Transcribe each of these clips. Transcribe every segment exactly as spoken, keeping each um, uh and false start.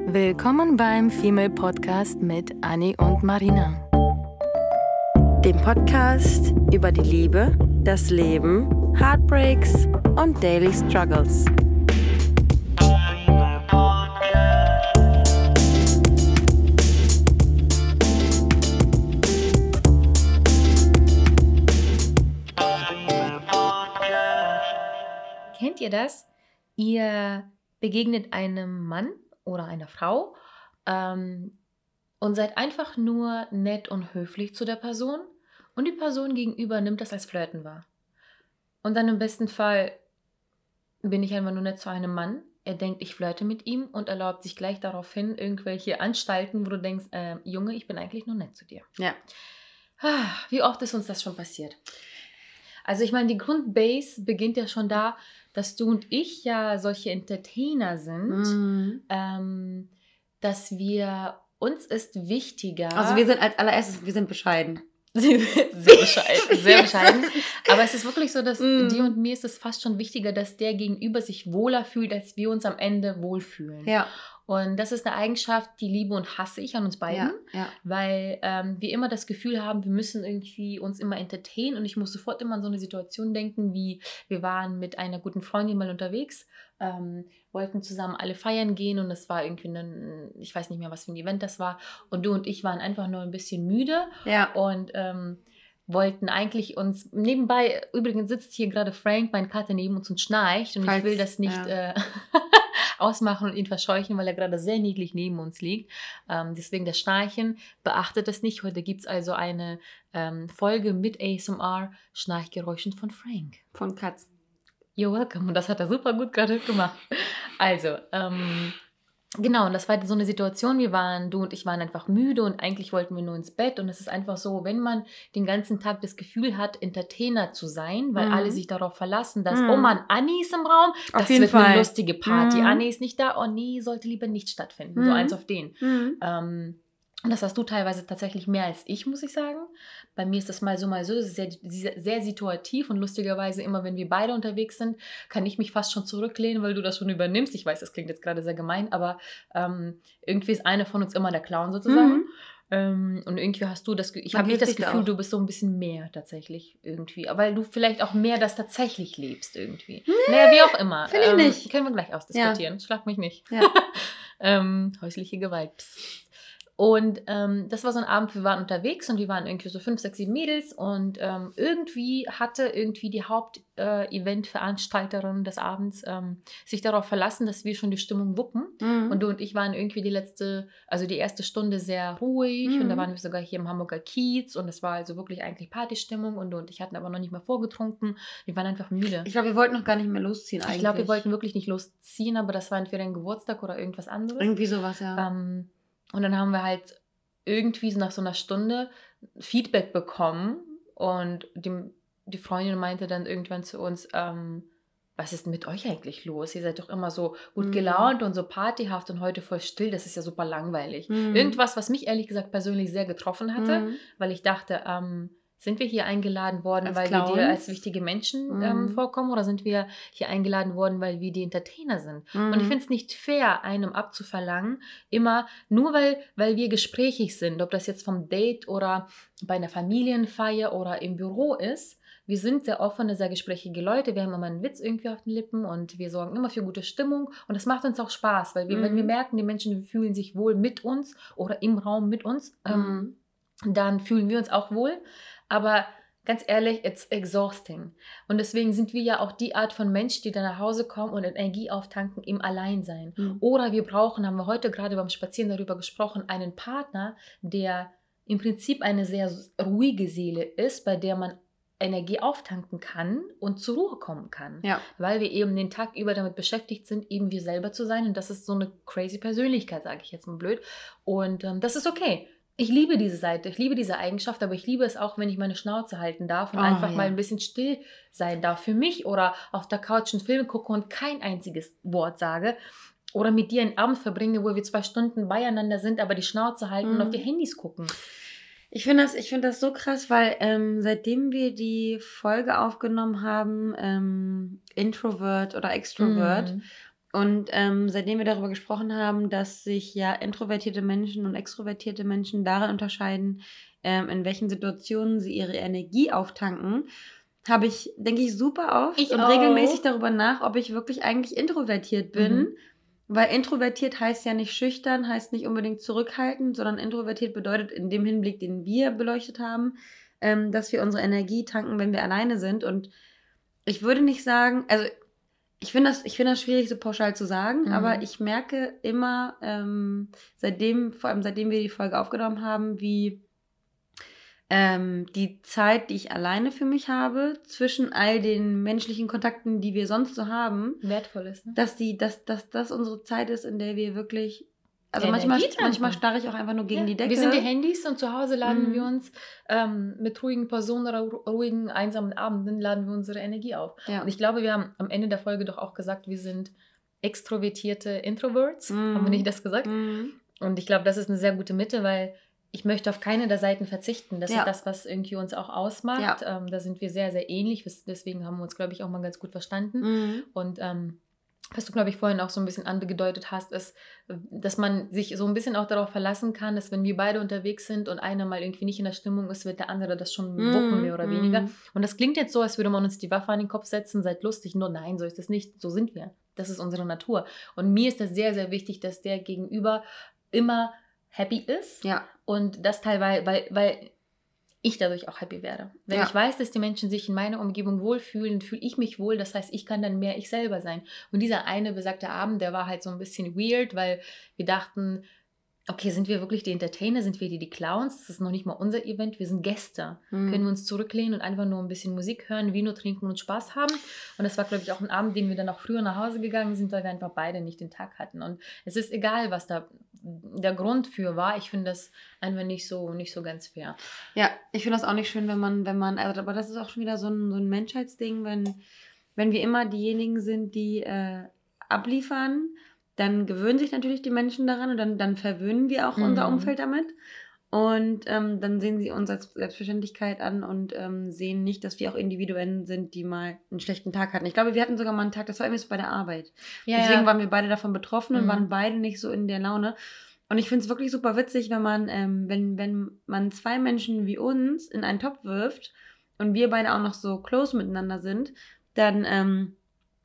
Willkommen beim Female Podcast mit Anni und Marina. Dem Podcast über die Liebe, das Leben, Heartbreaks und Daily Struggles. Kennt ihr das? Ihr begegnet einem Mann oder einer Frau ähm, und seid einfach nur nett und höflich zu der Person und die Person gegenüber nimmt das als Flirten wahr. Und dann im besten Fall bin ich einfach nur nett zu einem Mann. Er denkt, ich flirte mit ihm und erlaubt sich gleich daraufhin irgendwelche Anstalten, wo du denkst, äh, Junge, ich bin eigentlich nur nett zu dir. Ja. Wie oft ist uns das schon passiert? Also ich meine, die Grundbase beginnt ja schon da, dass du und ich ja solche Entertainer sind, Mhm. ähm, dass wir, uns ist wichtiger... Also wir sind als allererstes, wir sind bescheiden. sehr bescheiden, sehr bescheiden. Aber es ist wirklich so, dass Mhm. dir und mir ist es fast schon wichtiger, dass der Gegenüber sich wohler fühlt, als wir uns am Ende wohlfühlen. Ja. Und das ist eine Eigenschaft, die liebe und hasse ich an uns beiden, Ja, ja. weil ähm, wir immer das Gefühl haben, wir müssen irgendwie uns immer entertainen und ich muss sofort immer an so eine Situation denken, wie wir waren mit einer guten Freundin mal unterwegs, ähm, wollten zusammen alle feiern gehen und es war irgendwie ein, ich weiß nicht mehr, was für ein Event das war und du und ich waren einfach nur ein bisschen müde Ja. und ähm, wollten eigentlich uns, nebenbei, übrigens sitzt hier gerade Frank, mein Kater, neben uns und schnarcht und Falls- ich will das nicht ja. äh, ausmachen und ihn verscheuchen, weil er gerade sehr niedlich neben uns liegt. Ähm, deswegen das Schnarchen, beachtet das nicht. Heute gibt es also eine ähm, Folge mit A S M R, Schnarchgeräuschen von Frank. Von Katzen. You're welcome. Und das hat er super gut gerade gemacht. Also, ähm, genau, und das war so eine Situation, wir waren, du und ich waren einfach müde und eigentlich wollten wir nur ins Bett und es ist einfach so, wenn man den ganzen Tag das Gefühl hat, Entertainer zu sein, weil Mhm. alle sich darauf verlassen, dass, Mhm. oh Mann, Anni ist im Raum, Auf das jeden wird eine Fall. lustige Party, Mhm. Anni ist nicht da, oh nee, sollte lieber nicht stattfinden, so Mhm. eins auf den. Mhm. Ähm, und das hast du teilweise tatsächlich mehr als ich, muss ich sagen. Bei mir ist das mal so, mal so. Das ist sehr, sehr, sehr situativ und lustigerweise immer, wenn wir beide unterwegs sind, kann ich mich fast schon zurücklehnen, weil du das schon übernimmst. Ich weiß, das klingt jetzt gerade sehr gemein, aber ähm, irgendwie ist einer von uns immer der Clown sozusagen. Mhm. Ähm, und irgendwie hast du das, Ge- ich Man habe nicht hilft das sich Gefühl, auch. du bist so ein bisschen mehr tatsächlich irgendwie, weil du vielleicht auch mehr das tatsächlich lebst irgendwie. Naja, wie auch immer. finde ich ähm, nicht. Können wir gleich ausdiskutieren. Schlag mich nicht. Ja. ähm, häusliche Gewalt. Psst. Und ähm, das war so ein Abend, wir waren unterwegs und wir waren irgendwie so fünf, sechs, sieben Mädels und ähm, irgendwie hatte irgendwie die Haupt-Event-Veranstalterin des Abends ähm, sich darauf verlassen, dass wir schon die Stimmung wuppen. Mhm. Und du und ich waren irgendwie die letzte, also die erste Stunde sehr ruhig Mhm. und da waren wir sogar hier im Hamburger Kiez und es war also wirklich eigentlich Partystimmung und du und ich hatten aber noch nicht mal vorgetrunken. Wir waren einfach müde. Ich glaube, wir wollten noch gar nicht mehr losziehen eigentlich. Ich glaube, wir wollten wirklich nicht losziehen, aber das war entweder ein Geburtstag oder irgendwas anderes. Irgendwie sowas, ja. Ähm, und dann haben wir halt irgendwie so nach so einer Stunde Feedback bekommen und die, die Freundin meinte dann irgendwann zu uns, ähm, was ist mit euch eigentlich los? Ihr seid doch immer so gut Mhm. gelaunt und so partyhaft und heute voll still, das ist ja super langweilig. Mhm. Irgendwas, was mich ehrlich gesagt persönlich sehr getroffen hatte, Mhm. weil ich dachte, ähm, sind wir hier eingeladen worden, Als weil wir dir Clowns? als wichtige Menschen Mhm. ähm, vorkommen oder sind wir hier eingeladen worden, weil wir die Entertainer sind? Mhm. Und ich finde es nicht fair, einem abzuverlangen, immer nur weil, weil wir gesprächig sind, ob das jetzt vom Date oder bei einer Familienfeier oder im Büro ist. Wir sind sehr offene, sehr gesprächige Leute. Wir haben immer einen Witz irgendwie auf den Lippen und wir sorgen immer für gute Stimmung. Und das macht uns auch Spaß, weil wir, Mhm. wenn wir merken, die Menschen fühlen sich wohl mit uns oder im Raum mit uns, ähm, dann fühlen wir uns auch wohl. Aber ganz ehrlich, it's exhausting. Und deswegen sind wir ja auch die Art von Mensch, die dann nach Hause kommen und Energie auftanken im Alleinsein. Mhm. Oder wir brauchen, haben wir heute gerade beim Spazieren darüber gesprochen, einen Partner, der im Prinzip eine sehr ruhige Seele ist, bei der man Energie auftanken kann und zur Ruhe kommen kann. Ja. Weil wir eben den Tag über damit beschäftigt sind, eben wir selber zu sein. Und das ist so eine crazy Persönlichkeit, sage ich jetzt mal blöd. Und ähm, das ist okay. Ich liebe diese Seite, ich liebe diese Eigenschaft, aber ich liebe es auch, wenn ich meine Schnauze halten darf und Oh, einfach ja. mal ein bisschen still sein darf für mich oder auf der Couch einen Film gucke und kein einziges Wort sage oder mit dir einen Abend verbringe, wo wir zwei Stunden beieinander sind, aber die Schnauze halten Mhm. und auf die Handys gucken. Ich finde das, ich finde das so krass, weil ähm, seitdem wir die Folge aufgenommen haben, ähm, Introvert oder Extrovert, Mhm. Und ähm, seitdem wir darüber gesprochen haben, dass sich ja introvertierte Menschen und extrovertierte Menschen darin unterscheiden, ähm, in welchen Situationen sie ihre Energie auftanken, habe ich, denke ich, super oft Ich und auch. regelmäßig darüber nach, ob ich wirklich eigentlich introvertiert bin. Mhm. Weil introvertiert heißt ja nicht schüchtern, heißt nicht unbedingt zurückhaltend, sondern introvertiert bedeutet in dem Hinblick, den wir beleuchtet haben, ähm, dass wir unsere Energie tanken, wenn wir alleine sind. Und ich würde nicht sagen, also ich finde das, ich finde das schwierig, so pauschal zu sagen, Mhm. aber ich merke immer, ähm, seitdem, vor allem seitdem wir die Folge aufgenommen haben, wie ähm, die Zeit, die ich alleine für mich habe, zwischen all den menschlichen Kontakten, die wir sonst so haben, Wertvoll ist, ne? dass die, dass, dass das unsere Zeit ist, in der wir wirklich, also Energie manchmal, tanken. manchmal starre ich auch einfach nur gegen Ja. die Decke. Wir sind die Handys und zu Hause laden Mhm. wir uns ähm, mit ruhigen Personen oder ru- ruhigen, einsamen Abenden laden wir unsere Energie auf. Ja. Und ich glaube, wir haben am Ende der Folge doch auch gesagt, wir sind extrovertierte Introverts. Mhm. Haben wir nicht das gesagt? Mhm. Und ich glaube, das ist eine sehr gute Mitte, weil ich möchte auf keine der Seiten verzichten. Das Ja. ist das, was irgendwie uns auch ausmacht. Ähm, da sind wir sehr, sehr ähnlich. Wes- Deswegen haben wir uns, glaube ich, auch mal ganz gut verstanden. Mhm. Und ähm, was du, glaube ich, vorhin auch so ein bisschen angedeutet hast, ist, dass man sich so ein bisschen auch darauf verlassen kann, dass wenn wir beide unterwegs sind und einer mal irgendwie nicht in der Stimmung ist, wird der andere das schon Mhm. wuppen, mehr oder weniger. Mhm. Und das klingt jetzt so, als würde man uns die Waffe an den Kopf setzen, seid lustig. Nur nein, so ist es nicht. So sind wir. Das ist unsere Natur. Und mir ist das sehr, sehr wichtig, dass der Gegenüber immer happy ist. Ja. Und das teilweise, weil, weil ich dadurch auch happy werde. Wenn Ja. ich weiß, dass die Menschen sich in meiner Umgebung wohlfühlen, fühle ich mich wohl. Das heißt, ich kann dann mehr ich selber sein. Und dieser eine besagte Abend, der war halt so ein bisschen weird, weil wir dachten, okay, sind wir wirklich die Entertainer? Sind wir die, die Clowns? Das ist noch nicht mal unser Event. Wir sind Gäste. Mhm. Können wir uns zurücklehnen und einfach nur ein bisschen Musik hören, Vino trinken und Spaß haben. Und das war, glaube ich, auch ein Abend, den wir dann auch früher nach Hause gegangen sind, weil wir einfach beide nicht den Tag hatten. Und es ist egal, was da der Grund für war. Ich finde das einfach nicht so, nicht so ganz fair. Ja, ich finde das auch nicht schön, wenn man, wenn man, also, aber das ist auch schon wieder so ein, so ein Menschheitsding, wenn, wenn wir immer diejenigen sind, die äh, abliefern, dann gewöhnen sich natürlich die Menschen daran und dann, dann verwöhnen wir auch Mhm. unser Umfeld damit. Und ähm, dann sehen sie uns als Selbstverständlichkeit an und ähm, sehen nicht, dass wir auch Individuen sind, die mal einen schlechten Tag hatten. Ich glaube, wir hatten sogar mal einen Tag, das war irgendwie so bei der Arbeit. Ja, Deswegen ja. waren wir beide davon betroffen und Mhm. waren beide nicht so in der Laune. Und ich finde es wirklich super witzig, wenn man, ähm, wenn, wenn man zwei Menschen wie uns in einen Topf wirft und wir beide auch noch so close miteinander sind, dann ähm,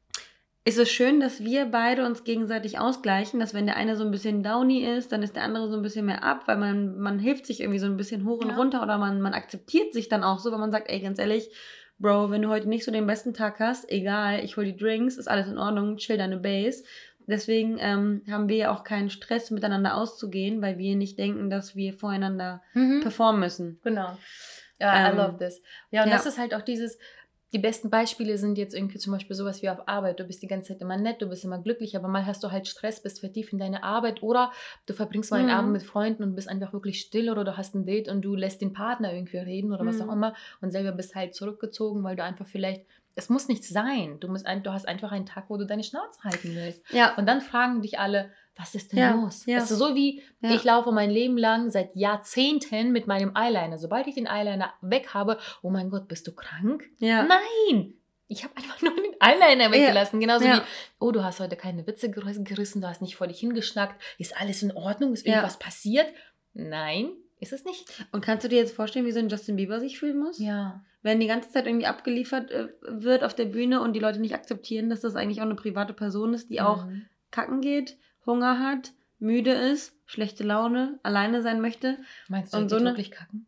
ist es schön, dass wir beide uns gegenseitig ausgleichen, dass wenn der eine so ein bisschen downy ist, dann ist der andere so ein bisschen mehr up, weil man, man hilft sich irgendwie so ein bisschen hoch und Ja. runter oder man, man akzeptiert sich dann auch so, weil man sagt, ey, ganz ehrlich, Bro, wenn du heute nicht so den besten Tag hast, egal, ich hol die Drinks, ist alles in Ordnung, chill deine Base. Deswegen ähm, haben wir ja auch keinen Stress, miteinander auszugehen, weil wir nicht denken, dass wir voreinander Mhm. performen müssen. Genau. Ja, I Ähm, love this. Ja, und ja. das ist halt auch dieses, die besten Beispiele sind jetzt irgendwie zum Beispiel sowas wie auf Arbeit. Du bist die ganze Zeit immer nett, du bist immer glücklich, aber mal hast du halt Stress, bist vertieft in deine Arbeit oder du verbringst mal einen Mhm. Abend mit Freunden und bist einfach wirklich still oder du hast ein Date und du lässt den Partner irgendwie reden oder was Mhm. auch immer und selber bist halt zurückgezogen, weil du einfach vielleicht, es muss nichts sein. Du, musst ein, du hast einfach einen Tag, wo du deine Schnauze halten willst. Ja, Und dann fragen dich alle, was ist denn Ja, los? ja. Das ist so wie, Ja. ich laufe mein Leben lang seit Jahrzehnten mit meinem Eyeliner. Sobald ich den Eyeliner weg habe, oh mein Gott, bist du krank? ja. Nein! Ich habe einfach nur den Eyeliner weggelassen. Genauso Ja. wie, oh, du hast heute keine Witze ger- gerissen, du hast nicht vor dich hingeschnackt. Ist alles in Ordnung? Ist Ja. irgendwas passiert? Nein, ist es nicht. Und kannst du dir jetzt vorstellen, wie so ein Justin Bieber sich fühlen muss? Ja. Wenn die ganze Zeit irgendwie abgeliefert äh, wird auf der Bühne und die Leute nicht akzeptieren, dass das eigentlich auch eine private Person ist, die auch Mhm. kacken geht, Hunger hat, müde ist, schlechte Laune, alleine sein möchte Meinst du, Und und so so eine- wirklich kacken?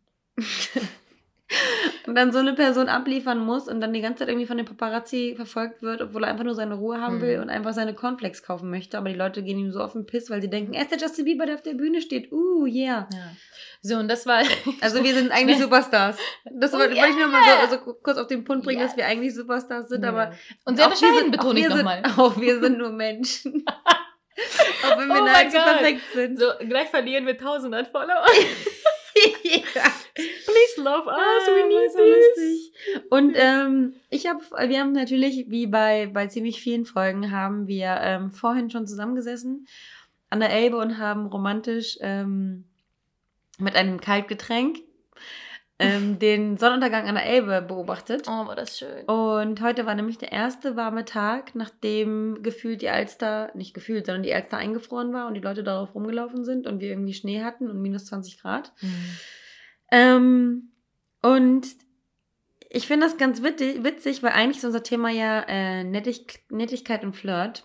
und dann so eine Person abliefern muss und dann die ganze Zeit irgendwie von den Paparazzi verfolgt wird, obwohl er einfach nur seine Ruhe haben Mhm. will und einfach seine Cornflakes kaufen möchte. Aber die Leute gehen ihm so auf den Piss, weil sie denken, er ist der Justin Bieber, der auf der Bühne steht. Uh, yeah. Ja. So, und das war. Also wir sind eigentlich Superstars. Das Oh, wollte wollte ich nur mal so, so kurz auf den Punkt bringen, Yes. dass wir eigentlich Superstars sind, aber Und sehr auch wir bescheiden, sind- betone auch ich wir sind- nochmal. Auch wir sind nur Menschen. Auch wenn wir Oh nahezu my God. perfekt sind. So, gleich verlieren wir tausend an Follower. Ja. Please love us, Ah, we need so this. lustig. Und ähm, ich habe, wir haben natürlich, wie bei, bei ziemlich vielen Folgen, haben wir ähm, vorhin schon zusammengesessen an der Elbe und haben romantisch ähm, mit einem Kaltgetränk ähm, den Sonnenuntergang an der Elbe beobachtet. Oh, war das schön. Und heute war nämlich der erste warme Tag, nachdem gefühlt die Alster, nicht gefühlt, sondern die Alster eingefroren war und die Leute darauf rumgelaufen sind und wir irgendwie Schnee hatten und minus zwanzig Grad. Mhm. Ähm, und ich finde das ganz witzig, witzig, weil eigentlich ist unser Thema ja äh, Nettig, Nettigkeit und Flirt.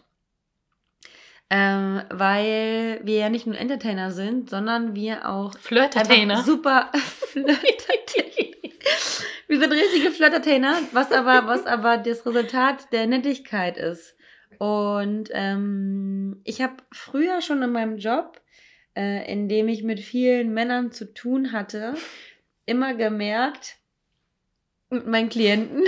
Ähm, weil wir ja nicht nur Entertainer sind, sondern wir auch Flirtertainer. super Flirtertainer. Wir sind richtige Flirtertainer, was aber, was aber das Resultat der Nettigkeit ist. Und ähm, ich habe früher schon in meinem Job, äh, in dem ich mit vielen Männern zu tun hatte, immer gemerkt, mit meinen Klienten,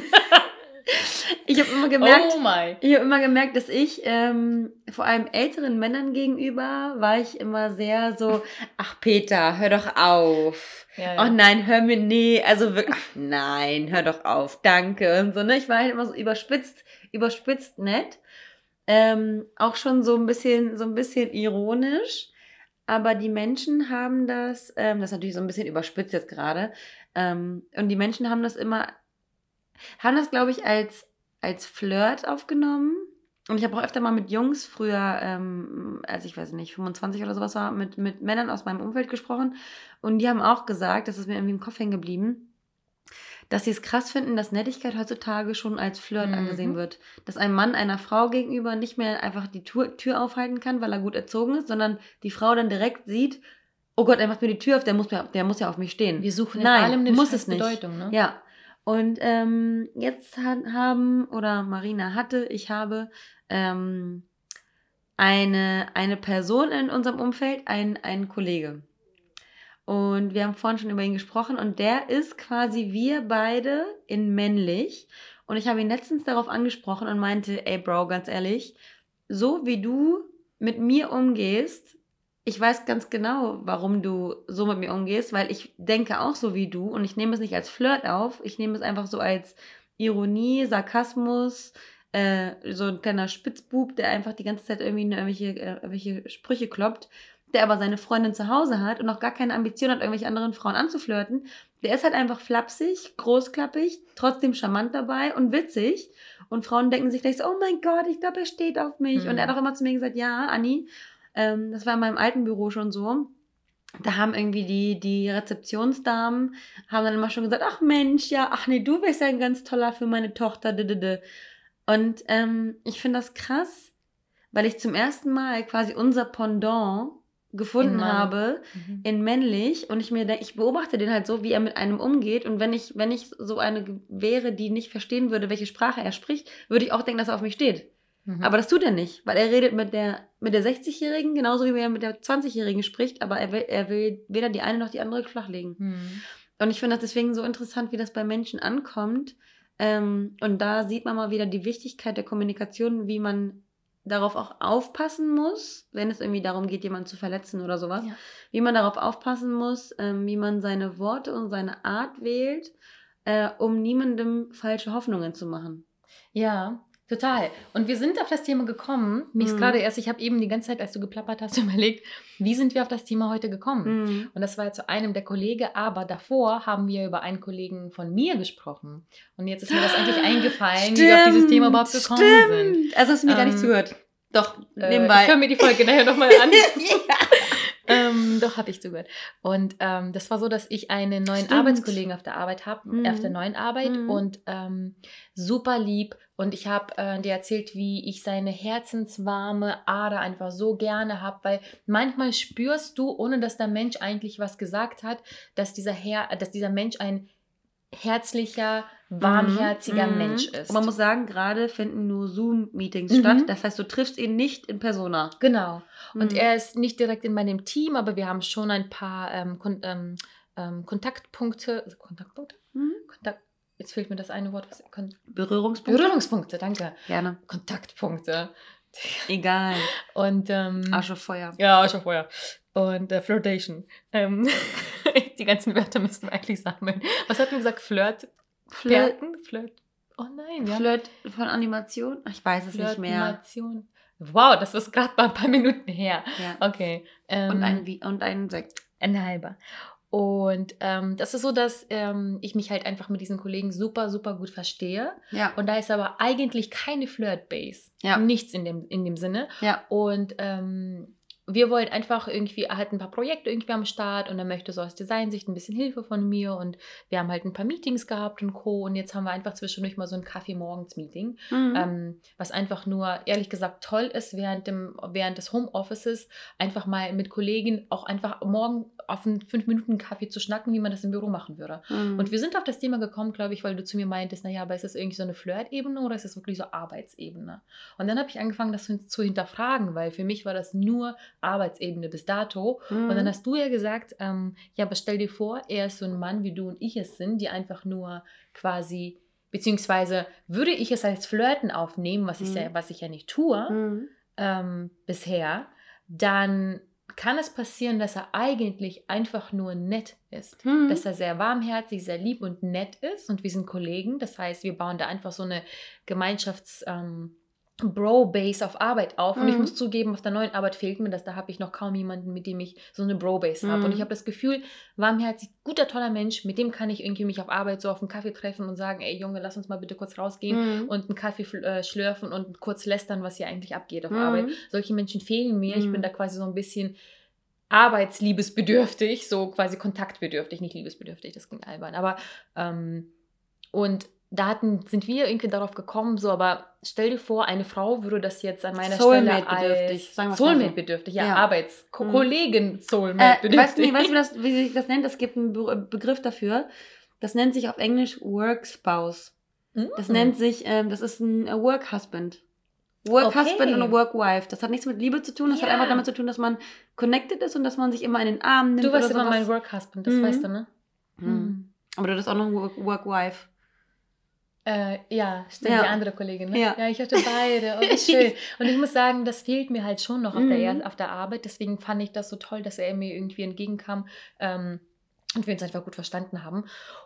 ich habe immer gemerkt, Oh my. ich habe immer gemerkt, dass ich ähm, vor allem älteren Männern gegenüber war ich immer sehr so, ach Peter, hör doch auf. Ja, ja. Oh nein, hör mir, nee, also wirklich, ach nein, hör doch auf, danke und so, ne? Ich war halt immer so überspitzt, überspitzt nett. Ähm, auch schon so ein bisschen, so ein bisschen ironisch. Aber die Menschen haben das, ähm, das ist natürlich so ein bisschen überspitzt jetzt gerade, ähm, und die Menschen haben das immer, haben das, glaube ich, als, als Flirt aufgenommen. Und ich habe auch öfter mal mit Jungs früher, ähm, als ich weiß nicht, fünfundzwanzig oder sowas war, mit, mit Männern aus meinem Umfeld gesprochen. Und die haben auch gesagt, das ist mir irgendwie im Kopf hängen geblieben, dass sie es krass finden, dass Nettigkeit heutzutage schon als Flirt Mhm. angesehen wird. Dass ein Mann einer Frau gegenüber nicht mehr einfach die Tür, Tür aufhalten kann, weil er gut erzogen ist, sondern die Frau dann direkt sieht, oh Gott, er macht mir die Tür auf, der muss, mir, der muss ja auf mich stehen. Wir suchen in Nein, allem eine muss scheiß es nicht. Bedeutung, ne? Ja. Und ähm, jetzt hat, haben, oder Marina hatte, ich habe ähm, eine, eine Person in unserem Umfeld, ein, ein Kollege. Und wir haben vorhin schon über ihn gesprochen und der ist quasi wir beide in männlich. Und ich habe ihn letztens darauf angesprochen und meinte, ey Bro, ganz ehrlich, so wie du mit mir umgehst, ich weiß ganz genau, warum du so mit mir umgehst, weil ich denke auch so wie du und ich nehme es nicht als Flirt auf, ich nehme es einfach so als Ironie, Sarkasmus, äh, so ein kleiner Spitzbub, der einfach die ganze Zeit irgendwie irgendwelche, äh, irgendwelche Sprüche kloppt, der aber seine Freundin zu Hause hat und auch gar keine Ambition hat, irgendwelche anderen Frauen anzuflirten. Der ist halt einfach flapsig, großklappig, trotzdem charmant dabei und witzig. Und Frauen denken sich gleich so, oh mein Gott, ich glaube, er steht auf mich. Mhm. Und er hat auch immer zu mir gesagt, ja, Anni, ähm, das war in meinem alten Büro schon so. Da haben irgendwie die, die Rezeptionsdamen, haben dann immer schon gesagt, ach Mensch, ja, ach nee, du wärst ja ein ganz toller für meine Tochter. Didede. Und ähm, ich finde das krass, weil ich zum ersten Mal quasi unser Pendant gefunden In Mann. habe Mhm. in männlich und ich mir denke, ich beobachte den halt so, wie er mit einem umgeht und wenn ich, wenn ich so eine ge- wäre, die nicht verstehen würde, welche Sprache er spricht, würde ich auch denken, dass er auf mich steht. Mhm. Aber das tut er nicht, weil er redet mit der, mit der sechzigjährigen genauso wie er mit der zwanzigjährigen spricht, aber er will, er will weder die eine noch die andere flachlegen. Mhm. Und ich finde das deswegen so interessant, wie das bei Menschen ankommt. Ähm, und da sieht man mal wieder die Wichtigkeit der Kommunikation, wie man darauf auch aufpassen muss, wenn es irgendwie darum geht, jemanden zu verletzen oder sowas, Ja. wie man darauf aufpassen muss, ähm, wie man seine Worte und seine Art wählt, äh, um niemandem falsche Hoffnungen zu machen. Ja, total. Und wir sind auf das Thema gekommen. Mir ist Mhm. gerade erst, ich habe eben die ganze Zeit, als du geplappert hast, überlegt, wie sind wir auf das Thema heute gekommen? Mhm. Und das war ja zu einem der Kollegen, aber davor haben wir über einen Kollegen von mir gesprochen. Und jetzt ist mir das eigentlich eingefallen, wie wir auf dieses Thema überhaupt gekommen stimmt. sind. Also hast du mir gar Ähm, nicht zugehört. Doch, Äh, nebenbei. ich höre mir die Folge nachher nochmal an. ja. ähm, doch, habe ich zugehört. Und ähm, das war so, dass ich einen neuen Stimmt. Arbeitskollegen auf der Arbeit habe, Mhm. auf der neuen Arbeit Mhm. und ähm, super lieb. Und ich habe äh, dir erzählt, wie ich seine herzenswarme Ader einfach so gerne habe, weil manchmal spürst du, ohne dass der Mensch eigentlich was gesagt hat, dass dieser, Her dass dieser Mensch ein herzlicher, warmherziger Mhm. Mensch ist. Und man muss sagen, gerade finden nur Zoom-Meetings Mhm. statt. Das heißt, du triffst ihn nicht in Persona. Genau. Und Mhm. er ist nicht direkt in meinem Team, aber wir haben schon ein paar ähm, Kon ähm, ähm, Kontaktpunkte. Also Kontaktpunkte? Mhm. Kontakt Jetzt fehlt mir das eine Wort. Was, Kon Berührungspunkte? Berührungspunkte, danke. Gerne. Kontaktpunkte. Egal. Und ähm, Asche, Feuer. ja, schon vorher. Und äh, Flirtation. Ähm, die ganzen Wörter müssten wir eigentlich sammeln. Was hat man gesagt? Flirt? Flirt, Flirten? Flirt. Oh nein, ja. Flirt von Animation? Ach, ich weiß es nicht mehr. Flirtimation. Wow, das ist gerade mal ein paar Minuten her. Ja. Okay. Ähm, Und ein, Wie- und ein Sekt. Ein halber. Und ähm, das ist so, dass ähm, ich mich halt einfach mit diesen Kollegen super, super gut verstehe. Ja. Und da ist aber eigentlich keine Flirt-Base. Ja. Nichts in dem, in dem Sinne. Ja. Und ähm, wir wollten einfach irgendwie, er hat ein paar Projekte irgendwie am Start und er möchte so aus Designsicht ein bisschen Hilfe von mir und wir haben halt ein paar Meetings gehabt und Co. Und jetzt haben wir einfach zwischendurch mal so ein Kaffee-Morgens-Meeting, Mhm. ähm, was einfach nur, ehrlich gesagt, toll ist, während, dem, während des Homeoffices einfach mal mit Kollegen auch einfach morgen auf einen fünf Minuten Kaffee zu schnacken, wie man das im Büro machen würde. Mhm. Und wir sind auf das Thema gekommen, glaube ich, weil du zu mir meintest, naja, aber ist das irgendwie so eine Flirt-Ebene oder ist das wirklich so Arbeitsebene? Und dann habe ich angefangen, das zu hinterfragen, weil für mich war das nur Arbeitsebene bis dato. Mhm. Und dann hast du ja gesagt, ähm, ja, aber stell dir vor, er ist so ein Mann, wie du und ich es sind, die einfach nur quasi, beziehungsweise würde ich es als Flirten aufnehmen, was ich, Mhm. ja, was ich ja nicht tue, Mhm. ähm, bisher, dann kann es passieren, dass er eigentlich einfach nur nett ist. Mhm. Dass er sehr warmherzig, sehr lieb und nett ist und wir sind Kollegen. Das heißt, wir bauen da einfach so eine Gemeinschafts- ähm, Bro-Base auf Arbeit auf. Und ich Mhm. muss zugeben, auf der neuen Arbeit fehlt mir das. Da habe ich noch kaum jemanden, mit dem ich so eine Bro-Base habe. Mhm. Und ich habe das Gefühl, warmherzig, guter, toller Mensch, mit dem kann ich irgendwie mich auf Arbeit so auf einen Kaffee treffen und sagen, ey Junge, lass uns mal bitte kurz rausgehen Mhm. und einen Kaffee fl- äh, schlürfen und kurz lästern, was hier eigentlich abgeht auf Mhm. Arbeit. Solche Menschen fehlen mir. Ich Mhm. bin da quasi so ein bisschen arbeitsliebesbedürftig, so quasi kontaktbedürftig, nicht liebesbedürftig, das klingt albern. Aber, ähm, und da hatten, sind wir irgendwie darauf gekommen, so, aber stell dir vor, eine Frau würde das jetzt an meiner Stelle Soulmate-bedürftig, als sagen wir es mal so. Soulmate-bedürftig, ja, Ja. Arbeitskollegen Äh, Soulmate-bedürftig. weißt du, nee, weißt du, wie, das, wie sich das nennt? Es gibt einen Be Begriff dafür. Das nennt sich auf Englisch Work Spouse. Das Mhm. nennt sich, ähm, das ist ein äh, Work Husband. Work Okay. Husband und Work Wife. Das hat nichts mit Liebe zu tun. Das hat Ja. einfach damit zu tun, dass man connected ist und dass man sich immer in den Arm nimmt. Du warst oder immer sowas. mein Work-Husband, das Mhm. weißt du, ne? Mhm. Aber du hattest auch noch Work, Work Wife. Äh, ja, stimmt, Ja. die andere Kollegin, ne? Ja. Ja, ich hatte beide. Oh, wie schön. Und ich muss sagen, das fehlt mir halt schon noch auf, Mhm. der, Er- auf der Arbeit. Deswegen fand ich das so toll, dass er mir irgendwie entgegenkam ähm, und wir uns einfach gut verstanden haben.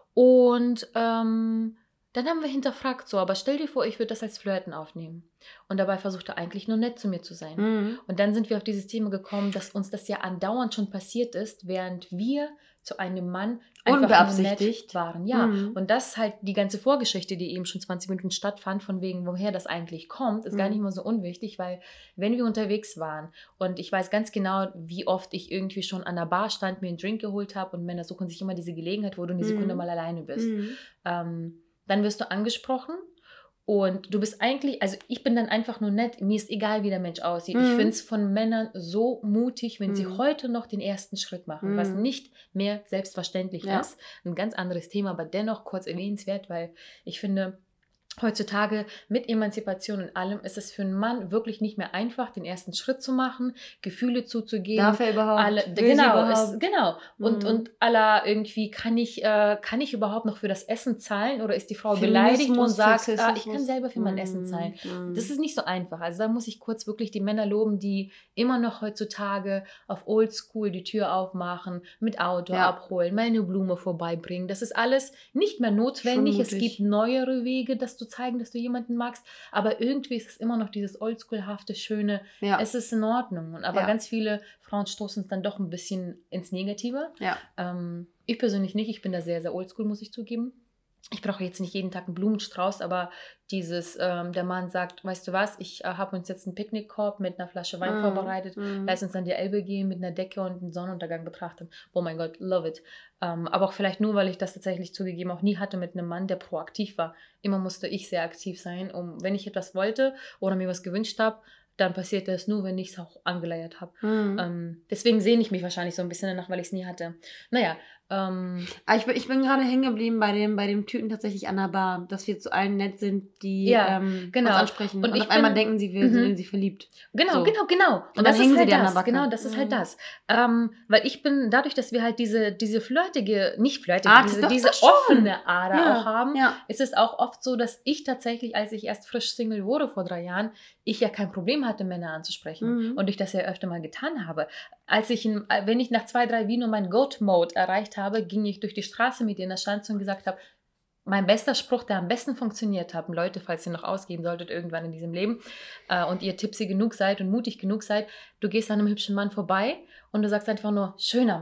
Und ähm, dann haben wir hinterfragt, so, aber stell dir vor, ich würde das als Flirten aufnehmen. Und dabei versucht er eigentlich nur nett zu mir zu sein. Mhm. Und dann sind wir auf dieses Thema gekommen, dass uns das ja andauernd schon passiert ist, während wir zu einem Mann einfach nur Unbeabsichtigt. nett waren. Ja, Mhm. und das ist halt die ganze Vorgeschichte, die eben schon zwanzig Minuten stattfand, von wegen, woher das eigentlich kommt, ist gar Mhm. nicht mal so unwichtig, weil wenn wir unterwegs waren und ich weiß ganz genau, wie oft ich irgendwie schon an der Bar stand, mir einen Drink geholt habe und Männer suchen sich immer diese Gelegenheit, wo du eine Mhm. Sekunde mal alleine bist. Mhm. Ähm, dann wirst du angesprochen und du bist eigentlich, also ich bin dann einfach nur nett, mir ist egal, wie der Mensch aussieht. Ich Mhm. finde es von Männern so mutig, wenn sie Mhm. heute noch den ersten Schritt machen, was Mhm. nicht mehr selbstverständlich Ja. ist. Ein ganz anderes Thema, aber dennoch kurz erwähnenswert, weil ich finde, heutzutage mit Emanzipation und allem ist es für einen Mann wirklich nicht mehr einfach, den ersten Schritt zu machen, Gefühle zuzugeben. Darf er überhaupt? Alle, Will sie genau, überhaupt? ist, genau. Und, Mhm. und aller irgendwie, kann ich, äh, kann ich überhaupt noch für das Essen zahlen oder ist die Frau beleidigt und Feminismus, sagt, ah, ich Sexismus. kann selber für mein Essen Mhm. zahlen. Mhm. Das ist nicht so einfach. Also da muss ich kurz wirklich die Männer loben, die immer noch heutzutage auf Oldschool die Tür aufmachen, mit Auto Ja. abholen, mal eine Blume vorbeibringen. Das ist alles nicht mehr notwendig. Schon Es mutig. gibt neuere Wege, das zu zeigen, dass du jemanden magst. Aber irgendwie ist es immer noch dieses Oldschool-hafte, schöne, Ja. es ist in Ordnung. Und aber Ja. ganz viele Frauen stoßen es dann doch ein bisschen ins Negative. Ja. Ähm, ich persönlich nicht. Ich bin da sehr, sehr oldschool, muss ich zugeben. Ich brauche jetzt nicht jeden Tag einen Blumenstrauß, aber dieses, ähm, der Mann sagt, weißt du was, ich äh, habe uns jetzt einen Picknickkorb mit einer Flasche Wein Mhm. vorbereitet, Mhm. lass uns an die Elbe gehen mit einer Decke und einen Sonnenuntergang betrachten. Oh mein Gott, love it. Ähm, aber auch vielleicht nur, weil ich das tatsächlich zugegeben auch nie hatte mit einem Mann, der proaktiv war. Immer musste ich sehr aktiv sein, um, wenn ich etwas wollte oder mir was gewünscht habe, dann passiert das nur, wenn ich es auch angeleiert habe. Mhm. Ähm, deswegen sehne ich mich wahrscheinlich so ein bisschen danach, weil ich es nie hatte. Naja, ähm, Ah, Ich bin, ich bin gerade hängen geblieben bei dem, bei dem Typen tatsächlich an der Bar, dass wir zu allen nett sind, die Ja, ähm, genau. uns ansprechen. Und Und, ich auf einmal bin- denken sie, wir Mhm. sind in sie verliebt. Genau, So. genau, genau. Und, dann das hängen ist sie halt dir an der das. Backe. Genau, das ist halt Mhm. das. Ähm, weil ich bin, dadurch, dass wir halt diese, diese flirtige, nicht flirtige, Ah, diese, doch, diese das schon. offene Ader Ja, auch haben, ja. ist es auch oft so, dass ich tatsächlich, als ich erst frisch Single wurde vor drei Jahren, ich ja kein Problem hatte, Männer anzusprechen. Mhm. Und ich das ja öfter mal getan habe. Als ich, in, wenn ich nach zwei, drei Vino mein Goat-Mode erreicht habe, ging ich durch die Straße mit denen, da stand so und gesagt habe, mein bester Spruch, der am besten funktioniert hat, Leute, falls ihr noch ausgeben solltet irgendwann in diesem Leben äh, und ihr tipsy genug seid und mutig genug seid, du gehst an einem hübschen Mann vorbei und du sagst einfach nur, schöner Mann.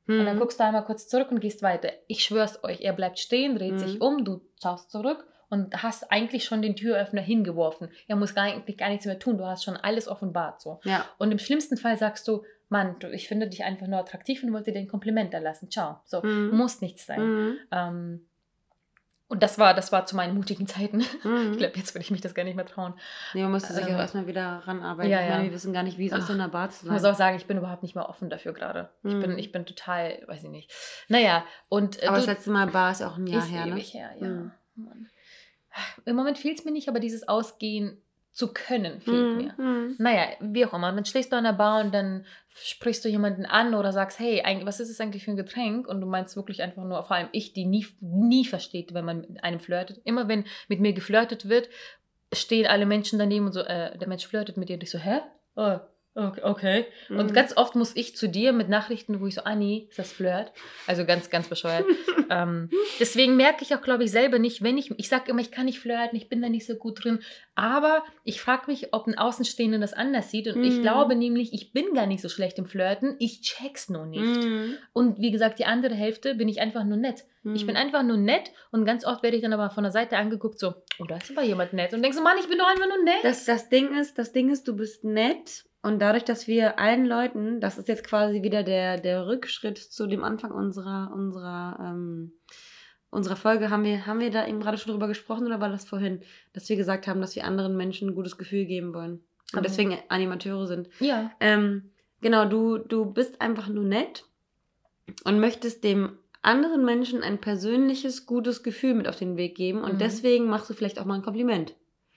Und dann guckst du einmal kurz zurück und gehst weiter. Ich schwör's euch, er bleibt stehen, dreht Mhm. sich um, du schaust zurück und hast eigentlich schon den Türöffner hingeworfen. Er muss gar, eigentlich gar nichts mehr tun, du hast schon alles offenbart. So. Ja. Und im schlimmsten Fall sagst du, Mann, du, ich finde dich einfach nur attraktiv und wollte dir ein Kompliment erlassen. Ciao. So, Mhm. muss nichts sein. Mhm. Ähm, und das war, das war zu meinen mutigen Zeiten. Mhm. Ich glaube, jetzt würde ich mich das gar nicht mehr trauen. Nee, man müsste sich Ähm, auch erstmal wieder ranarbeiten. ja, ich meine, ja. wir wissen gar nicht, wie es Ach, ist, in der Bar zu Ich muss sein. auch sagen, ich bin überhaupt nicht mehr offen dafür gerade. Ich, Mhm. bin, ich bin total, weiß ich nicht. Naja, und äh, Aber du, das letzte Mal Bar ist auch ein Jahr ist her, ne? ewig her, ja. Mhm. Mann. Im Moment fehlt es mir nicht, aber dieses Ausgehen zu können fehlt Mhm. mir. Mhm. Naja, wie auch immer. Dann stehst du an der Bar und dann sprichst du jemanden an oder sagst, hey, eigentlich, was ist es eigentlich für ein Getränk? Und du meinst wirklich einfach nur, vor allem ich, die nie, nie versteht, wenn man mit einem flirtet. Immer wenn mit mir geflirtet wird, stehen alle Menschen daneben und so, äh, der Mensch flirtet mit dir und ich so, hä? Oh, okay. okay. Und Mhm. ganz oft muss ich zu dir mit Nachrichten, wo ich so, ah nee, ist das Flirt? Also ganz, ganz bescheuert. ähm, deswegen merke ich auch, glaube ich, selber nicht, wenn ich, ich sage immer, ich kann nicht flirten, ich bin da nicht so gut drin, aber ich frage mich, ob ein Außenstehender das anders sieht und ich Mhm. glaube nämlich, ich bin gar nicht so schlecht im Flirten, ich check's nur nicht. Mhm. Und wie gesagt, die andere Hälfte bin ich einfach nur nett. Ich bin einfach nur nett und ganz oft werde ich dann aber von der Seite angeguckt, so, oh, da ist aber jemand nett. Und denkst so, Mann, ich bin doch einfach nur nett. Das, das Ding ist, das Ding ist, du bist nett und dadurch, dass wir allen Leuten, das ist jetzt quasi wieder der, der Rückschritt zu dem Anfang unserer, unserer, ähm, unserer Folge, haben wir, haben wir da eben gerade schon drüber gesprochen oder war das vorhin, dass wir gesagt haben, dass wir anderen Menschen ein gutes Gefühl geben wollen und Aber- deswegen Animateure sind. Ja. Ähm, genau, du, du bist einfach nur nett und möchtest dem anderen Menschen ein persönliches, gutes Gefühl mit auf den Weg geben und Mhm. deswegen machst du vielleicht auch mal ein Kompliment.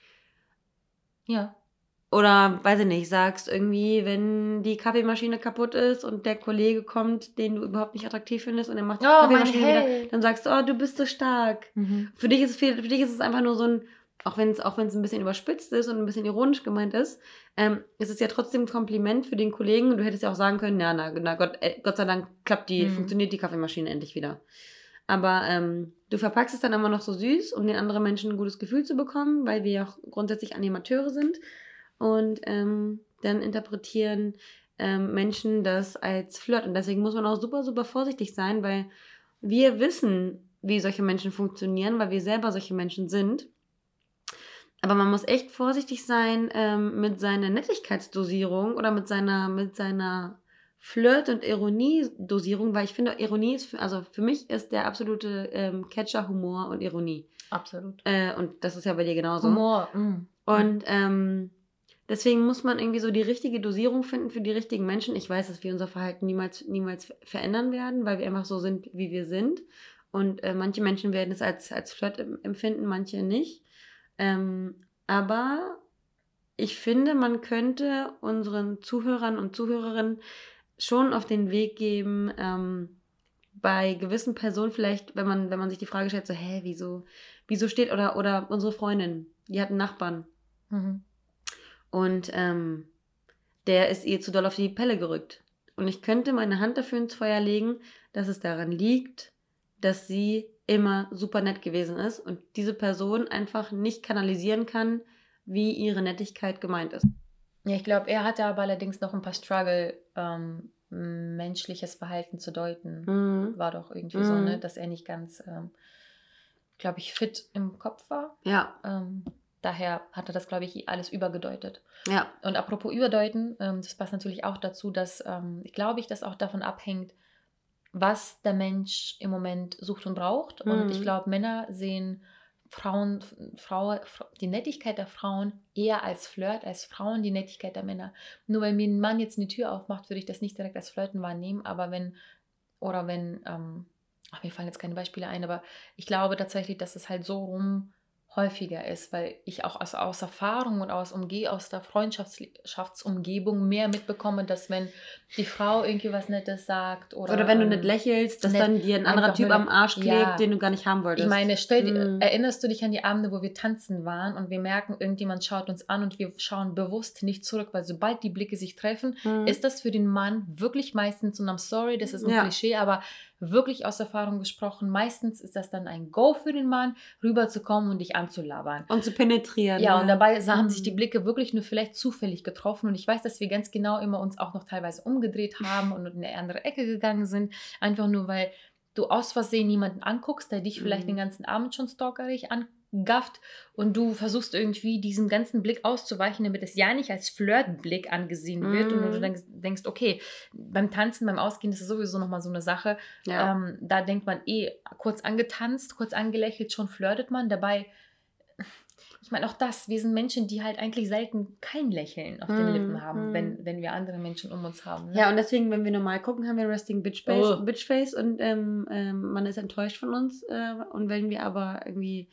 Ja. Oder, weiß ich nicht, sagst irgendwie, wenn die Kaffeemaschine kaputt ist und der Kollege kommt, den du überhaupt nicht attraktiv findest und er macht die Oh, mein Kaffeemaschine wieder, Held. dann sagst du, oh, du bist so stark. Mhm. Für dich ist es, viel, für dich ist es einfach nur so ein, auch wenn es auch wenn es ein bisschen überspitzt ist und ein bisschen ironisch gemeint ist, ähm, ist es ja trotzdem ein Kompliment für den Kollegen und du hättest ja auch sagen können, na, na, na Gott, äh, Gott sei Dank klappt die, Mhm. funktioniert die Kaffeemaschine endlich wieder. Aber ähm, du verpackst es dann immer noch so süß, um den anderen Menschen ein gutes Gefühl zu bekommen, weil wir ja auch grundsätzlich Animateure sind und ähm, dann interpretieren ähm, Menschen das als Flirt und deswegen muss man auch super, super vorsichtig sein, weil wir wissen, wie solche Menschen funktionieren, weil wir selber solche Menschen sind. Aber man muss echt vorsichtig sein ähm, mit seiner Nettigkeitsdosierung oder mit seiner, mit seiner Flirt- und Ironiedosierung, weil ich finde, Ironie ist, für, also für mich ist der absolute ähm, Catcher Humor und Ironie. Absolut. Äh, und das ist ja bei dir genauso. Humor. Mm. Und ähm, deswegen muss man irgendwie so die richtige Dosierung finden für die richtigen Menschen. Ich weiß, dass wir unser Verhalten niemals, niemals verändern werden, weil wir einfach so sind, wie wir sind. Und äh, manche Menschen werden es als, als Flirt empfinden, manche nicht. Ähm, aber ich finde, man könnte unseren Zuhörern und Zuhörerinnen schon auf den Weg geben, ähm, bei gewissen Personen vielleicht, wenn man, wenn man sich die Frage stellt, so, hä, wieso, wieso steht, oder, oder unsere Freundin, die hat einen Nachbarn Mhm. und ähm, der ist ihr zu doll auf die Pelle gerückt. Und ich könnte meine Hand dafür ins Feuer legen, dass es daran liegt, dass sie immer super nett gewesen ist und diese Person einfach nicht kanalisieren kann, wie ihre Nettigkeit gemeint ist. Ja, ich glaube, er hatte aber allerdings noch ein paar Struggle, ähm, menschliches Verhalten zu deuten. Mhm. War doch irgendwie Mhm. so, ne, dass er nicht ganz, ähm, glaube ich, fit im Kopf war. Ja, Ähm, daher hat er das, glaube ich, alles übergedeutet. ja. Und apropos Überdeuten, ähm, das passt natürlich auch dazu, dass, ähm, ich glaube, ich das auch davon abhängt, was der Mensch im Moment sucht und braucht. Und Mhm. ich glaube, Männer sehen Frauen, Frau, die Nettigkeit der Frauen eher als Flirt, als Frauen die Nettigkeit der Männer. Nur weil mir ein Mann jetzt eine Tür aufmacht, würde ich das nicht direkt als Flirten wahrnehmen, aber wenn, oder wenn, ähm, ach, mir fallen jetzt keine Beispiele ein, aber ich glaube tatsächlich, dass es halt so rum häufiger ist, weil ich auch aus, aus Erfahrung und aus, Umge aus der Freundschaftsumgebung mehr mitbekomme, dass wenn die Frau irgendwie was Nettes sagt oder, Oder wenn du ähm, nicht lächelst, dass nett, dann dir ein anderer einfach Typ nur am Arsch klebt, ja. den du gar nicht haben wolltest. Ich meine, stell, Mhm. erinnerst du dich an die Abende, wo wir tanzen waren und wir merken, irgendjemand schaut uns an und wir schauen bewusst nicht zurück, weil sobald die Blicke sich treffen, Mhm. ist das für den Mann wirklich meistens, und I'm sorry, das ist ein Ja. Klischee, aber wirklich aus Erfahrung gesprochen, meistens ist das dann ein Go für den Mann, rüberzukommen und dich anzulabern. Und zu penetrieren. Ja, ne? und dabei haben Mhm. sich die Blicke wirklich nur vielleicht zufällig getroffen. Und ich weiß, dass wir ganz genau immer uns auch noch teilweise umgedreht haben und in eine andere Ecke gegangen sind. Einfach nur, weil du aus Versehen jemanden anguckst, der dich vielleicht Mhm. den ganzen Abend schon stalkerig angafft und du versuchst irgendwie diesem ganzen Blick auszuweichen, damit es ja nicht als Flirtblick angesehen wird. Mhm. Und du denkst, denkst, okay, beim Tanzen, beim Ausgehen ist es sowieso nochmal so eine Sache. Ja. Ähm, da denkt man eh, kurz angetanzt, kurz angelächelt, schon flirtet man. Dabei, ich meine auch das, wir sind Menschen, die halt eigentlich selten kein Lächeln auf den Mm, Lippen haben, mm. wenn, wenn wir andere Menschen um uns haben. Ne? Ja, und deswegen, wenn wir normal gucken, haben wir Resting Bitch Face, Oh. Bitch Face und ähm, ähm, man ist enttäuscht von uns. Äh, und wenn wir aber irgendwie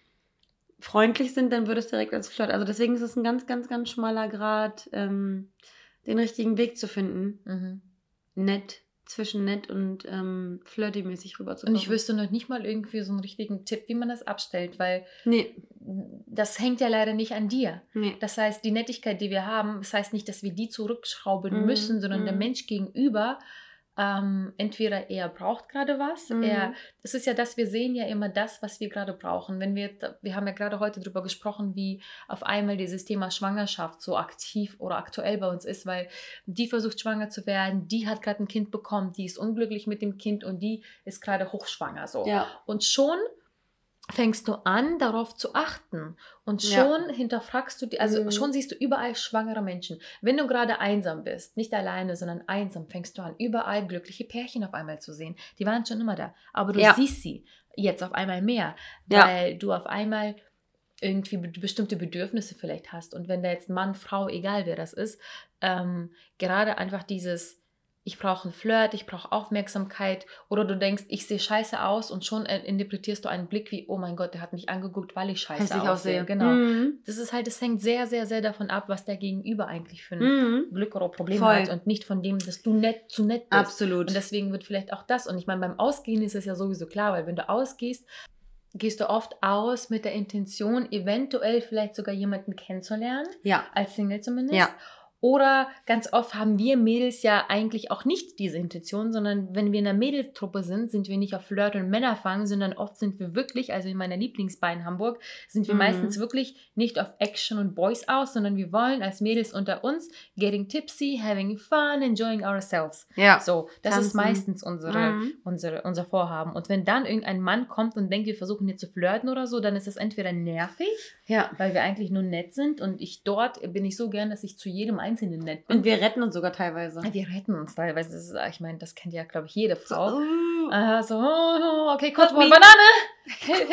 freundlich sind, dann wird es direkt als Flirt. Also deswegen ist es ein ganz, ganz, ganz schmaler Grad, ähm, den richtigen Weg zu finden. Mhm. Nett, zwischen nett und ähm, flirty-mäßig Und rüberzukommen. ich wüsste noch nicht mal irgendwie so einen richtigen Tipp, wie man das abstellt, weil Nee, das hängt ja leider nicht an dir. nee. Das heißt, die Nettigkeit, die wir haben, das heißt nicht, dass wir die zurückschrauben Mhm, müssen, sondern mhm. der Mensch gegenüber ähm, entweder er braucht gerade was, Mhm. er, das ist ja das, wir sehen ja immer das, was wir gerade brauchen. Wenn wir, wir haben ja gerade heute darüber gesprochen, wie auf einmal dieses Thema Schwangerschaft so aktiv oder aktuell bei uns ist, weil die versucht schwanger zu werden, die hat gerade ein Kind bekommen, die ist unglücklich mit dem Kind und die ist gerade hochschwanger so. Ja. Und schon fängst du an, darauf zu achten. Und Ja. schon hinterfragst du, die, also Mhm. schon siehst du überall schwangere Menschen. Wenn du gerade einsam bist, nicht alleine, sondern einsam, fängst du an, überall glückliche Pärchen auf einmal zu sehen. Die waren schon immer da. Aber du Ja. siehst sie jetzt auf einmal mehr, Ja. weil du auf einmal irgendwie be- bestimmte Bedürfnisse vielleicht hast. Und wenn da jetzt Mann, Frau, egal wer das ist, ähm, gerade einfach dieses, ich brauche einen Flirt, ich brauche Aufmerksamkeit, oder du denkst, ich sehe scheiße aus und schon äh, interpretierst du einen Blick wie, oh mein Gott, der hat mich angeguckt, weil ich scheiße Hässlich aussehe. aussehe. Genau. Mhm. Das ist halt, das hängt sehr, sehr, sehr davon ab, was der Gegenüber eigentlich für ein Mhm. Glück oder Problem Voll. hat und nicht von dem, dass du nett zu nett bist. Absolut. Und deswegen wird vielleicht auch das, und ich meine, beim Ausgehen ist es ja sowieso klar, weil wenn du ausgehst, gehst du oft aus mit der Intention, eventuell vielleicht sogar jemanden kennenzulernen, ja. als Single zumindest. Ja. Oder ganz oft haben wir Mädels ja eigentlich auch nicht diese Intention, sondern wenn wir in einer Mädelstruppe sind, sind wir nicht auf Flirt und Männerfang, sondern oft sind wir wirklich, also in meiner Lieblingsbar in Hamburg, sind wir Mhm. meistens wirklich nicht auf Action und Boys aus, sondern wir wollen als Mädels unter uns getting tipsy, having fun, enjoying ourselves. Ja. So, das Tanzen. ist meistens unsere, Mhm. unsere, unser Vorhaben. Und wenn dann irgendein Mann kommt und denkt, wir versuchen hier zu flirten oder so, dann ist das entweder nervig, Ja. weil wir eigentlich nur nett sind und ich dort bin ich so gern, dass ich zu jedem Einzelnen nett bin. Und wir retten uns sogar teilweise. Wir retten uns teilweise. Das ist, ich meine, das kennt ja, glaube ich, jede Frau. Uh. Aha, so, oh, okay, kurz Help mal me. Banane,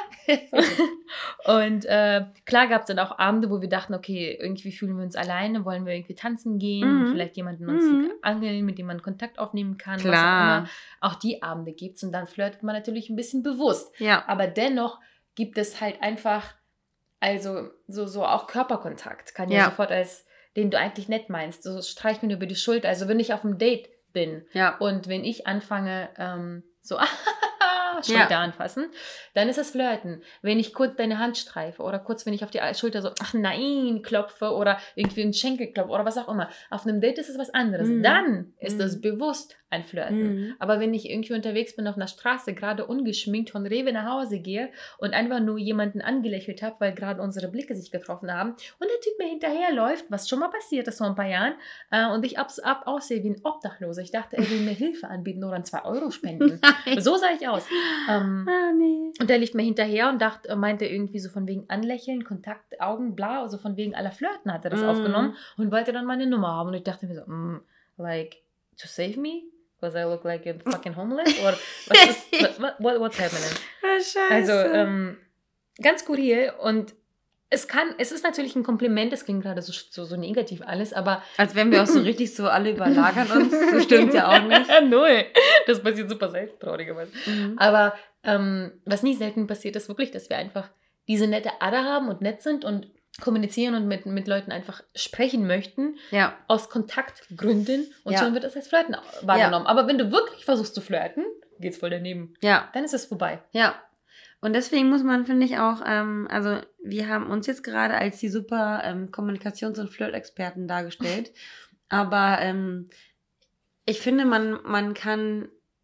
Hilfe. Und äh, klar gab es dann auch Abende, wo wir dachten, okay, irgendwie fühlen wir uns alleine, wollen wir irgendwie tanzen gehen, Mhm. vielleicht jemanden uns Mhm. angeln, mit dem man Kontakt aufnehmen kann, was auch Klar. immer. Auch die Abende gibt es und dann flirtet man natürlich ein bisschen bewusst. Ja. Aber dennoch gibt es halt einfach, also so, so auch Körperkontakt kann ja, Ja. sofort als, den du eigentlich nett meinst, so streich mir über die Schulter. Also wenn ich auf einem Date bin Ja. und wenn ich anfange, ähm, so Schulter Ja. anfassen, dann ist das Flirten. Wenn ich kurz deine Hand streife oder kurz, wenn ich auf die Schulter so, ach nein, klopfe oder irgendwie einen Schenkel klopfe oder was auch immer. Auf einem Date ist es was anderes. Mhm. Dann ist Mhm. das bewusst ein Flirten. Mhm. Aber wenn ich irgendwie unterwegs bin auf einer Straße, gerade ungeschminkt von Rewe nach Hause gehe und einfach nur jemanden angelächelt habe, weil gerade unsere Blicke sich getroffen haben und der Typ mir hinterherläuft, was schon mal passiert ist vor ein paar Jahren, äh, und ich ab, ab aussehe wie ein Obdachloser. Ich dachte, er will mir Hilfe anbieten oder ein zwei Euro spenden. So sah ich aus. Ähm, Ah, nee. und der lief mir hinterher und dachte, meinte irgendwie so von wegen Anlächeln, Kontakt, Augen, bla, also von wegen aller Flirten hat er das Mm. aufgenommen und wollte dann meine Nummer haben. Und ich dachte mir so, mm, like, to save me? Because I look like a fucking homeless? Oder was ist, what, what, what's happening? Ah, scheiße. Also, ähm, ganz skurril und es kann, es ist natürlich ein Kompliment, es klingt gerade so, so, so negativ alles, aber Als wenn wir auch so richtig so alle überlagern uns. So stimmt's ja auch nicht. Null. Das passiert super selten, traurigerweise. Mhm. Aber ähm, was nie selten passiert, ist wirklich, dass wir einfach diese nette Ader haben und nett sind und kommunizieren und mit, mit Leuten einfach sprechen möchten, Ja. aus Kontaktgründen und Ja. schon wird das als Flirten wahrgenommen. Aber wenn du wirklich versuchst zu flirten, geht's voll daneben. Ja. Dann ist es vorbei. Ja. Und deswegen muss man, finde ich auch, ähm, also wir haben uns jetzt gerade als die super ähm, Kommunikations- und Flirt-Experten dargestellt. Aber ähm, ich finde, man, man kann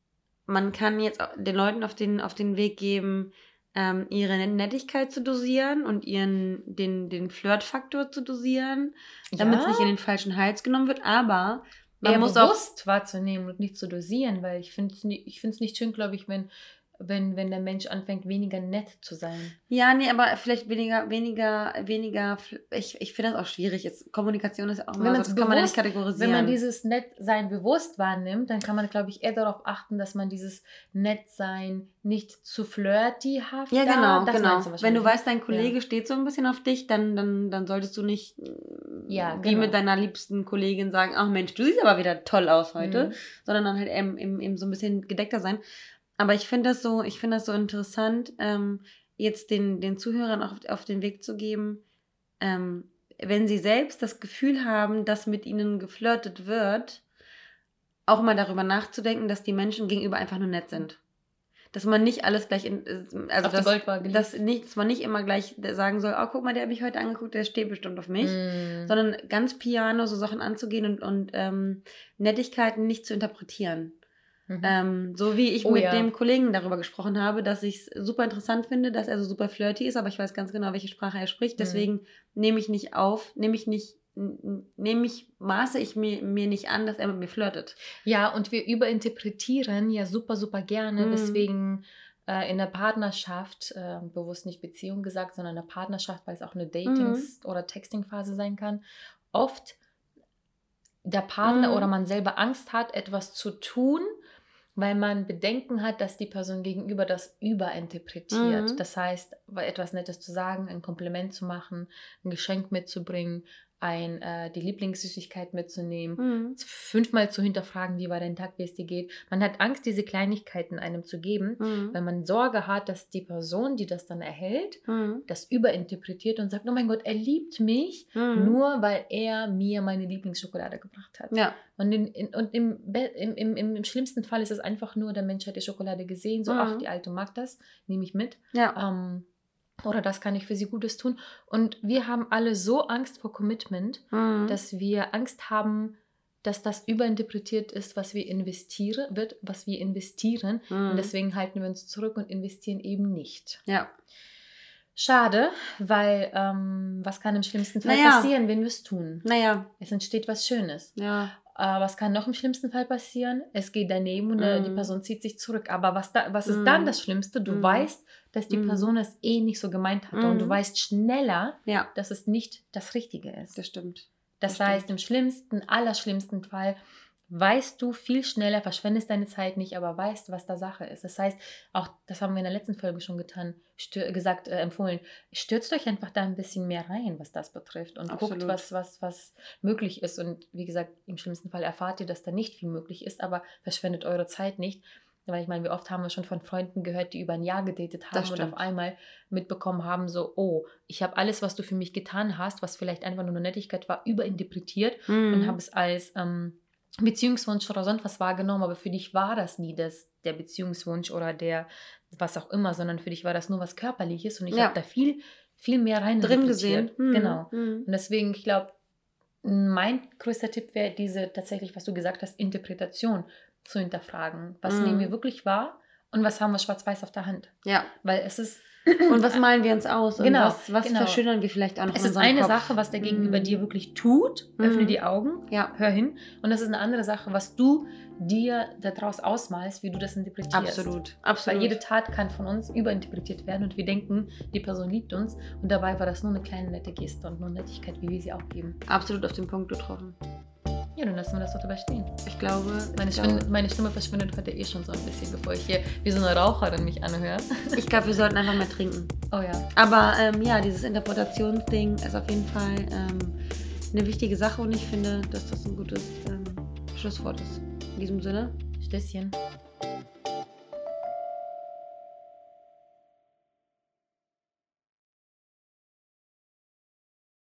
man kann jetzt den Leuten auf den, auf den Weg geben, ähm, ihre Nettigkeit zu dosieren und ihren, den, den Flirtfaktor zu dosieren, damit es Ja. nicht in den falschen Hals genommen wird. Aber man eher muss auch bewusst wahrzunehmen und nicht zu dosieren, weil ich finde es nicht, ich find's nicht schön, glaube ich, wenn, wenn, wenn der Mensch anfängt, weniger nett zu sein. Ja, nee, aber vielleicht weniger, weniger, weniger, ich, ich finde das auch schwierig. Jetzt, Kommunikation ist ja auch Wenn immer so, man's das kann man ja nicht bewusst- kategorisieren. Wenn man dieses Nettsein bewusst wahrnimmt, dann kann man, glaube ich, eher darauf achten, dass man dieses Nettsein nicht zu flirtyhaft ja, da- genau, das genau. meinst du Wenn wahrscheinlich, du ne? weißt, dein Kollege steht so ein bisschen auf dich, dann, dann, dann solltest du nicht äh, Ja, wie genau. mit deiner liebsten Kollegin sagen, ach Mensch, du siehst aber wieder toll aus heute, Mhm. sondern dann halt eben, eben, eben so ein bisschen gedeckter sein. Aber ich finde das so, ich finde das so interessant, ähm, jetzt den, den Zuhörern auch auf, auf den Weg zu geben, ähm, wenn sie selbst das Gefühl haben, dass mit ihnen geflirtet wird, auch mal darüber nachzudenken, dass die Menschen gegenüber einfach nur nett sind. Dass man nicht alles gleich in, also Auf die dass, Goldwaage legt. dass, nicht, dass man nicht immer gleich sagen soll, oh, guck mal, der hat mich heute angeguckt, der steht bestimmt auf mich. Mhm. Sondern ganz piano so Sachen anzugehen und, und ähm, Nettigkeiten nicht zu interpretieren. Mhm. Ähm, so wie ich Oh mit ja. dem Kollegen darüber gesprochen habe, dass ich es super interessant finde, dass er so super flirty ist, aber ich weiß ganz genau, welche Sprache er spricht. Mhm. Deswegen nehme ich nicht auf, nehme ich nicht, n- nehme ich, maße ich mir, mir nicht an, dass er mit mir flirtet. Ja, und wir überinterpretieren ja super, super gerne. Mhm. Deswegen äh, in der Partnerschaft, äh, bewusst nicht Beziehung gesagt, sondern in der Partnerschaft, weil es auch eine Datings- oder Texting-Phase sein kann, oft der Partner Mhm. oder man selber Angst hat, etwas zu tun, weil man Bedenken hat, dass die Person gegenüber das überinterpretiert. Mhm. Das heißt, etwas Nettes zu sagen, ein Kompliment zu machen, ein Geschenk mitzubringen, ein, äh, die Lieblingssüßigkeit mitzunehmen, Mhm. fünfmal zu hinterfragen, wie war dein Tag, wie es dir geht. Man hat Angst, diese Kleinigkeiten einem zu geben, Mhm. weil man Sorge hat, dass die Person, die das dann erhält, Mhm. das überinterpretiert und sagt, oh mein Gott, er liebt mich, Mhm. nur weil er mir meine Lieblingsschokolade gebracht hat. Ja. Und, in, in, und im, Be- im, im, im, im schlimmsten Fall ist es einfach nur, der Mensch hat die Schokolade gesehen, so, Mhm. ach, die Alte mag das, nehme ich mit. Ja. Ähm, oder das kann ich für sie Gutes tun. Und wir haben alle so Angst vor Commitment, Mhm. dass wir Angst haben, dass das überinterpretiert ist, was wir investieren, wird, was wir investieren. Mhm. Und deswegen halten wir uns zurück und investieren eben nicht. Ja. Schade, weil ähm, was kann im schlimmsten Fall Naja. passieren, wenn wir es tun? Naja. Es entsteht was Schönes. Ja. Äh, was kann noch im schlimmsten Fall passieren? Es geht daneben und äh, Mhm. die Person zieht sich zurück. Aber was, da, was ist Mhm. dann das Schlimmste? Du Mhm. weißt, dass die Mhm. Person es eh nicht so gemeint hatte. Und du Mhm. weißt schneller, Ja. dass es nicht das Richtige ist. Das stimmt. Das das heißt, stimmt. im schlimmsten, allerschlimmsten Fall weißt du viel schneller, verschwendest deine Zeit nicht, aber weißt, was da Sache ist. Das heißt, auch das haben wir in der letzten Folge schon getan, stür- gesagt, äh, empfohlen, stürzt euch einfach da ein bisschen mehr rein, was das betrifft und Absolut. guckt, was, was, was möglich ist. Und wie gesagt, im schlimmsten Fall erfahrt ihr, dass da nicht viel möglich ist, aber verschwendet eure Zeit nicht. Weil ich meine, wie oft haben wir schon von Freunden gehört, die über ein Jahr gedatet haben Das und stimmt. auf einmal mitbekommen haben, so, oh, ich habe alles, was du für mich getan hast, was vielleicht einfach nur eine Nettigkeit war, überinterpretiert Mhm. und habe es als ähm, Beziehungswunsch oder sonst was wahrgenommen, aber für dich war das nie das, der Beziehungswunsch oder der was auch immer, sondern für dich war das nur was Körperliches und ich Ja. habe da viel, viel mehr rein Drin gesehen. interpretiert. Mhm. Genau. Mhm. Und deswegen, ich glaube, mein größter Tipp wäre diese tatsächlich, was du gesagt hast, Interpretation zu hinterfragen. Was Mhm. nehmen wir wirklich wahr und was haben wir schwarz-weiß auf der Hand? Ja. Weil es ist, Und was malen wir uns aus? Und Genau, was, was genau. verschönern wir vielleicht auch noch es in ist unserem eine Kopf? Sache, was der Gegenüber Mhm. dir wirklich tut. Öffne Mhm. die Augen, Ja. hör hin. Und das ist eine andere Sache, was du dir daraus ausmalst, wie du das interpretierst. Absolut. Absolut. Weil jede Tat kann von uns überinterpretiert werden und wir denken, die Person liebt uns. Und dabei war das nur eine kleine nette Geste und nur Nettigkeit, wie wir sie auch geben. Absolut auf den Punkt getroffen. Ja, dann lassen wir das doch dabei stehen. Ich glaube, Meine, ich, glaube Stimme, meine Stimme verschwindet heute eh schon so ein bisschen, bevor ich hier wie so eine Raucherin mich anhöre. ich glaube, wir sollten einfach mehr trinken. Oh ja. Aber ähm, ja, dieses Interpretationsding ist auf jeden Fall ähm, eine wichtige Sache und ich finde, dass das ein gutes ähm, Schlusswort ist. In diesem Sinne. Stößchen.